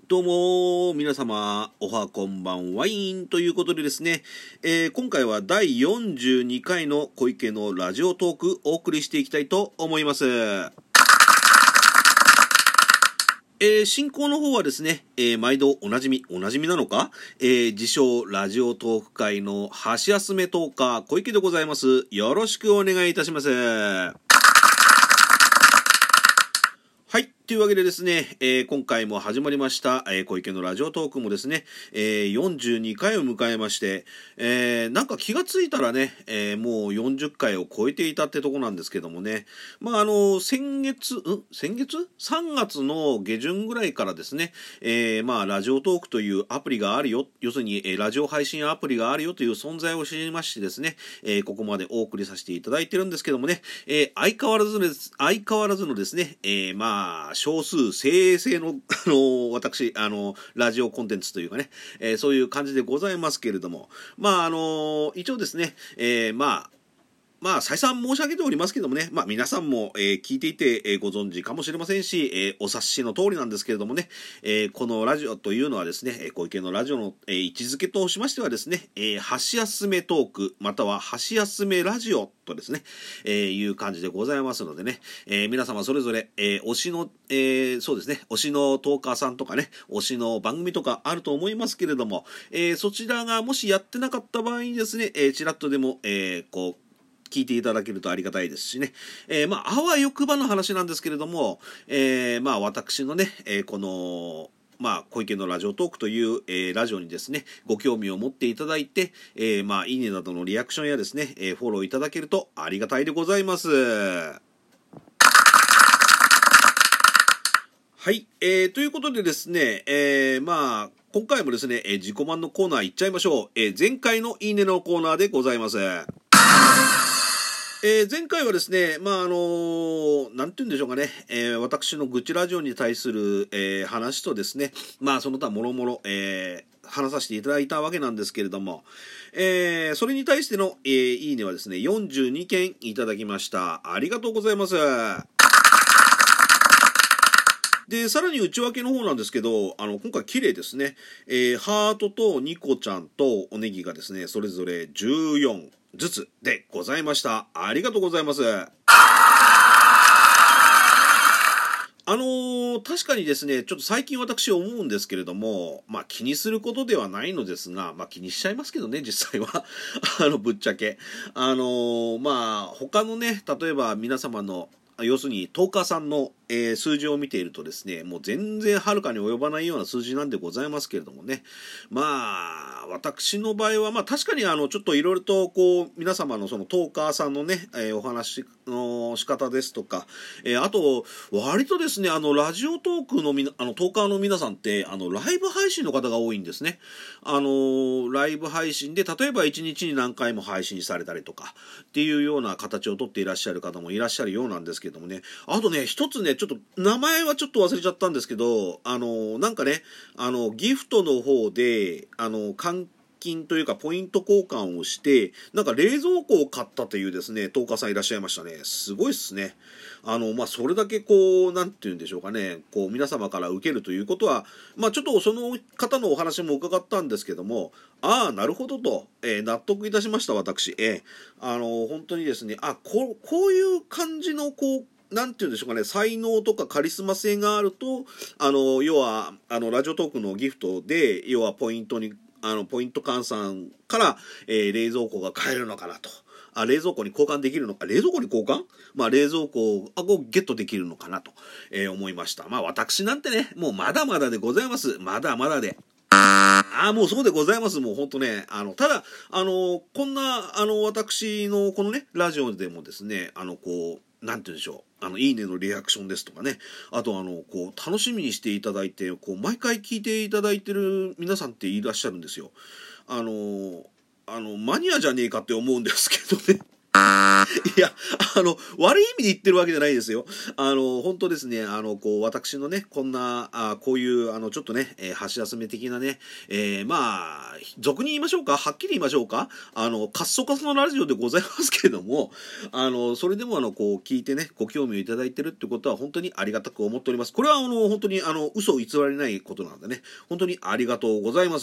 どうも皆様おはこんばんワインということでですね、今回は第42回の小池のラジオトークお送りしていきたいと思います。進行の方はですね、毎度おなじみなのか、自称ラジオトーク界の箸休めトーカー小池でございます。よろしくお願いいたします。はい。というわけでですね、今回も始まりました、小池のラジオトークもですね、42回を迎えまして、なんか気がついたらね、もう40回を超えていたってとこなんですけどもね、先月 ?3 月の下旬ぐらいからですね、ラジオトークというアプリがあるよ、要するに、ラジオ配信アプリがあるよという存在を知りましてですね、ここまでお送りさせていただいてるんですけどもね、相変わらずのですね、少数精鋭制の、私、ラジオコンテンツというかね、そういう感じでございますけれども、一応ですね、再三申し上げておりますけどもね、皆さんも、聞いていて、ご存知かもしれませんし、お察しの通りなんですけれどもね、このラジオというのはですね、小池のラジオの、位置づけとしましてはですね、箸休めトーク、または箸休めラジオとですね、いう感じでございますのでね、皆様それぞれ、推しの、そうですね、推しのトーカーさんとかね、推しの番組とかあると思いますけれども、そちらがもしやってなかった場合にですね、ちらっとでも、聞いていただけるとありがたいですしね。あわよくばの話なんですけれども、私のね、この、小池のラジオトークという、ラジオにですね、ご興味を持っていただいて、いいねなどのリアクションやですね、フォローいただけるとありがたいでございます。はい、ということでですね、今回もですね、自己満のコーナー行っちゃいましょう。前回のいいねのコーナーでございます。前回はですね、なんて言うんでしょうかね、私の愚痴ラジオに対する、話とですね、その他もろもろ、話させていただいたわけなんですけれども、それに対しての、いいねはですね、42件いただきました。ありがとうございます。で、さらに内訳の方なんですけど、今回綺麗ですね。ハートとニコちゃんとおネギがですね、それぞれ14ずつでございました。ありがとうございます。確かにですね、ちょっと最近私思うんですけれども、気にすることではないのですが、気にしちゃいますけどね、実際は。ぶっちゃけ。他のね、例えば皆様の、要するにトーカーさんの、数字を見ているとですね、もう全然はるかに及ばないような数字なんでございますけれどもね。私の場合は、確かにちょっといろいろと皆様のそのトーカーさんのね、お話の仕方ですとか、あと、割とですね、ラジオトークのトーカーの皆さんって、ライブ配信の方が多いんですね。ライブ配信で、例えば1日に何回も配信されたりとか、っていうような形をとっていらっしゃる方もいらっしゃるようなんですけどもね。あとね、一つね、ちょっと名前はちょっと忘れちゃったんですけど、なんかね、ギフトの方で、換金というかポイント交換をして、なんか冷蔵庫を買ったというですね、トーカーさんいらっしゃいましたね。すごいっすね。それだけなんて言うんでしょうかね、皆様から受けるということは、ちょっとその方のお話も伺ったんですけども、なるほどと、納得いたしました、私。本当にですね、こういう感じの、なんて言うんでしょうかね、才能とかカリスマ性があると、要は、ラジオトークのギフトで、要はポイント換算から、冷蔵庫が買えるのかなと。冷蔵庫に交換できるのか、冷蔵庫に交換冷蔵庫をゲットできるのかなと、思いました。私なんてね、もうまだまだでございます。まだまだで。もうそうでございます。もうほんとね。ただ、こんな、私のこのね、ラジオでもですね、なんて言うんでしょう。いいねのリアクションですとかね。あと、楽しみにしていただいて、毎回聞いていただいてる皆さんっていらっしゃるんですよ。マニアじゃねえかって思うんですけどね。 いや、悪い意味で言ってるわけじゃないですよ。本当ですね、私のね、こんな、こういう、ちょっとね、箸休め的なね、まあ、俗に言いましょうか、はっきり言いましょうか、カッソカソのラジオでございますけれども、それでも、こう、聞いてね、ご興味をいただいてるってことは、本当にありがたく思っております。これは、本当に、嘘を偽りないことなんでね、本当にありがとうございます。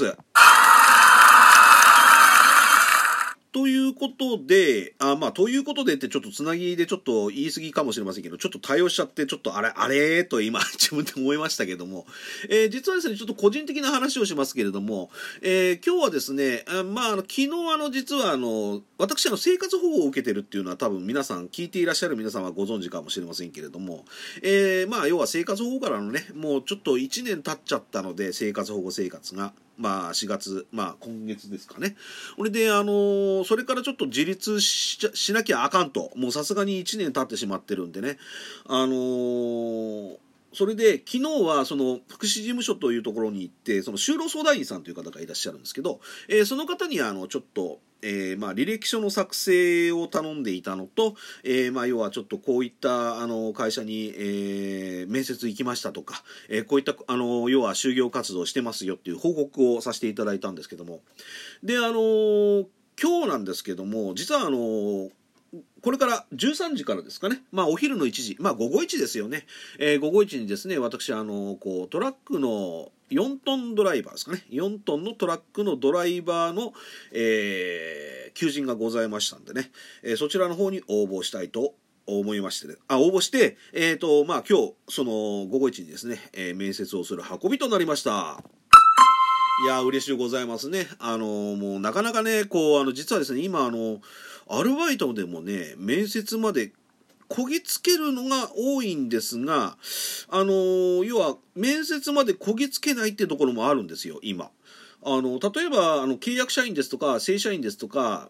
ということで、ということでってちょっとつなぎでちょっと言い過ぎかもしれませんけど、ちょっと対応しちゃって、ちょっとあれと今自分で思いましたけども、実はですね、ちょっと個人的な話をしますけれども、今日はですね、昨日実は私生活保護を受けてるっていうのは多分皆さん、聞いていらっしゃる皆さんはご存知かもしれませんけれども、要は生活保護からのね、もうちょっと1年経っちゃったので、生活保護生活が。4月、今月ですかね。それで、それからちょっと自立しなきゃあかんと。もうさすがに1年経ってしまってるんでね。それで昨日はその福祉事務所というところに行ってその就労相談員さんという方がいらっしゃるんですけど、その方にちょっと、履歴書の作成を頼んでいたのと、要はちょっとこういった会社に、面接行きましたとか、こういった要は就業活動してますよっていう報告をさせていただいたんですけども、で今日なんですけども、実はこれから13時からですかね、お昼の1時、午後1ですよね、午後1にですね、私トラックの4トンドライバーですかね、4トンのトラックのドライバーの、求人がございましたんでね、そちらの方に応募したいと思いましてね、応募して、今日その午後1にですね、面接をする運びとなりました。いや嬉しゅうございますね。もうなかなかね、実はですね、今アルバイトでもね、面接までこぎつけるのが多いんですが、要は面接までこぎつけないっていうところもあるんですよ、今。例えば契約社員ですとか正社員ですとか、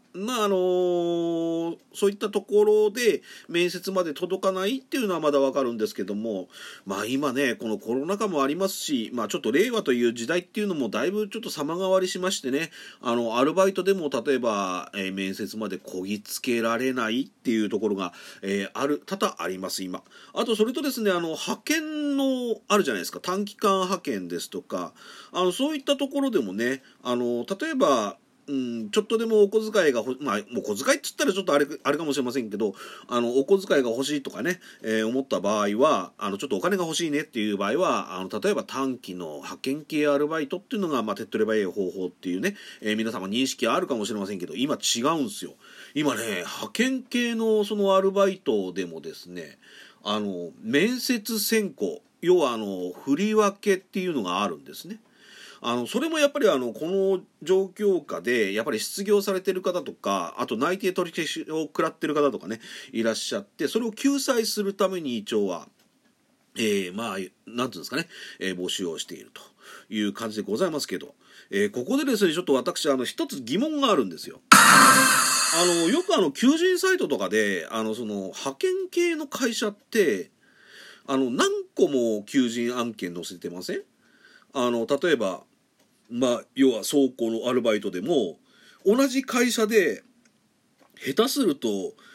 そういったところで面接まで届かないっていうのはまだわかるんですけども、今ねこのコロナ禍もありますし、ちょっと令和という時代っていうのもだいぶちょっと様変わりしましてね、アルバイトでも例えば、面接までこぎつけられないっていうところが、多々あります今。あとそれとですね、派遣のあるじゃないですか、短期間派遣ですとか、そういったところでもね、例えばちょっとでもお小遣いがもう小遣いっつったらちょっとあれかもしれませんけど、お小遣いが欲しいとかね、思った場合はちょっとお金が欲しいねっていう場合は例えば短期の派遣系アルバイトっていうのが、手っ取り早い方法っていうね、皆様認識あるかもしれませんけど、今違うんですよ。今ね、派遣系のそのアルバイトでもですね、面接選考、要は振り分けっていうのがあるんですね。それもやっぱりこの状況下でやっぱり失業されてる方とか、あと内定取り消しを食らってる方とかねいらっしゃって、それを救済するために一応はなんていうんですかね、募集をしているという感じでございますけど、ここでですねちょっと私一つ疑問があるんですよ。よく求人サイトとかでその派遣系の会社って何個も求人案件載せてません？例えば要は倉庫のアルバイトでも同じ会社で下手すると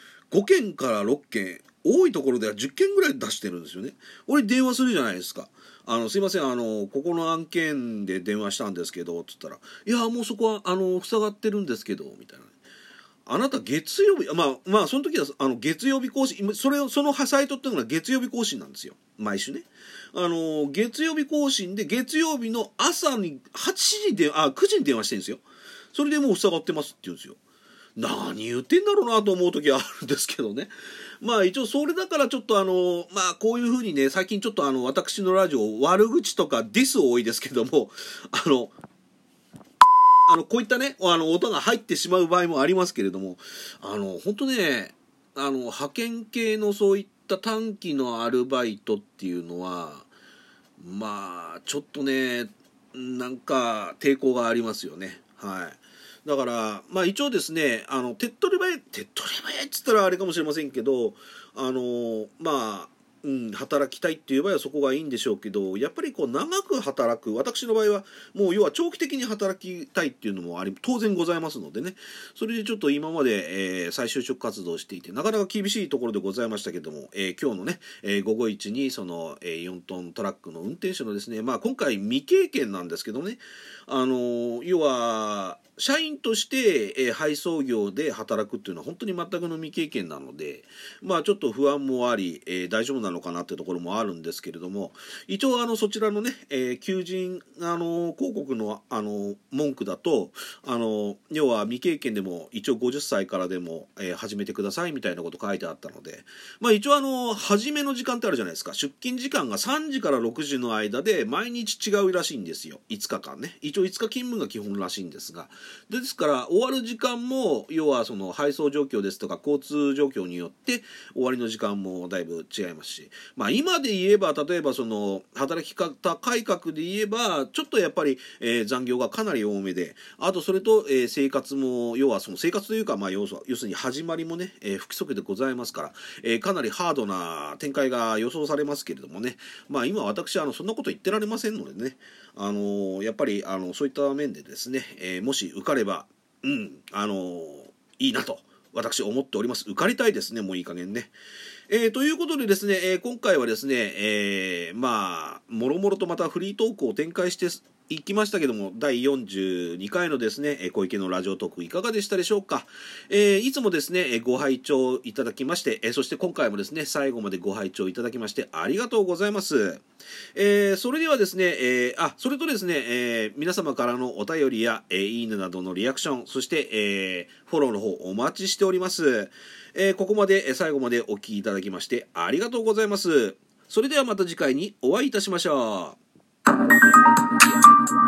5件から6件、多いところでは10件ぐらい出してるんですよね。俺電話するじゃないですか。すいませんここの案件で電話したんですけどつったら、いやもうそこは塞がってるんですけどみたいな。あなた月曜日その時は月曜日更新、そのサイトっていうのは月曜日更新なんですよ、毎週ね。月曜日更新で月曜日の朝に9時に電話してるんですよ。それでもう塞がってますって言うんですよ。何言ってんだろうなと思う時はあるんですけどね。一応それだからちょっとこういう風にね、最近ちょっと私のラジオ悪口とかディス多いですけども、こういったね音が入ってしまう場合もありますけれども、本当ね派遣系のそういった短期のアルバイトっていうのはちょっとねなんか抵抗がありますよね。はい。だから一応ですね手っ取り早いっつったらあれかもしれませんけど働きたいっていう場合はそこがいいんでしょうけど、やっぱりこう長く働く、私の場合はもう要は長期的に働きたいっていうのも当然ございますのでね、それでちょっと今まで、再就職活動をしていてなかなか厳しいところでございましたけども、今日のね、午後一にその、4トントラックの運転手のですね、今回未経験なんですけどね、要は社員として、配送業で働くっていうのは本当に全くの未経験なので、ちょっと不安もあり、大丈夫なのかなっていうところもあるんですけれども、一応そちらのね、求人広告の文句だと要は未経験でも一応50歳からでも、始めてくださいみたいなこと書いてあったので、一応始めの時間ってあるじゃないですか。出勤時間が3時から6時の間で毎日違うらしいんですよ。5日間ね、一応5日勤務が基本らしいんですが、ですから終わる時間も要はその配送状況ですとか交通状況によって終わりの時間もだいぶ違いますし、今で言えば例えばその働き方改革で言えばちょっとやっぱり、残業がかなり多めで、あとそれと、生活も要はその生活というか要するに始まりもね、不規則でございますから、かなりハードな展開が予想されますけれどもね、今私そんなこと言ってられませんのでね、やっぱりそういった面でですね、もし受かればいいなと私思っております。受かりたいですね、もういい加減ね。ということでですね、今回はですね、もろもろとまたフリートークを展開していきましたけども、第42回のですね、小池のラジオトークいかがでしたでしょうか。いつもですね、ご拝聴いただきまして、そして今回もですね、最後までご拝聴いただきましてありがとうございます。それではですね、それとですね、皆様からのお便りや、いいねなどのリアクション、そして、フォローの方お待ちしております。ここまで最後までお聞きいただきましてありがとうございます。それではまた次回にお会いいたしましょう。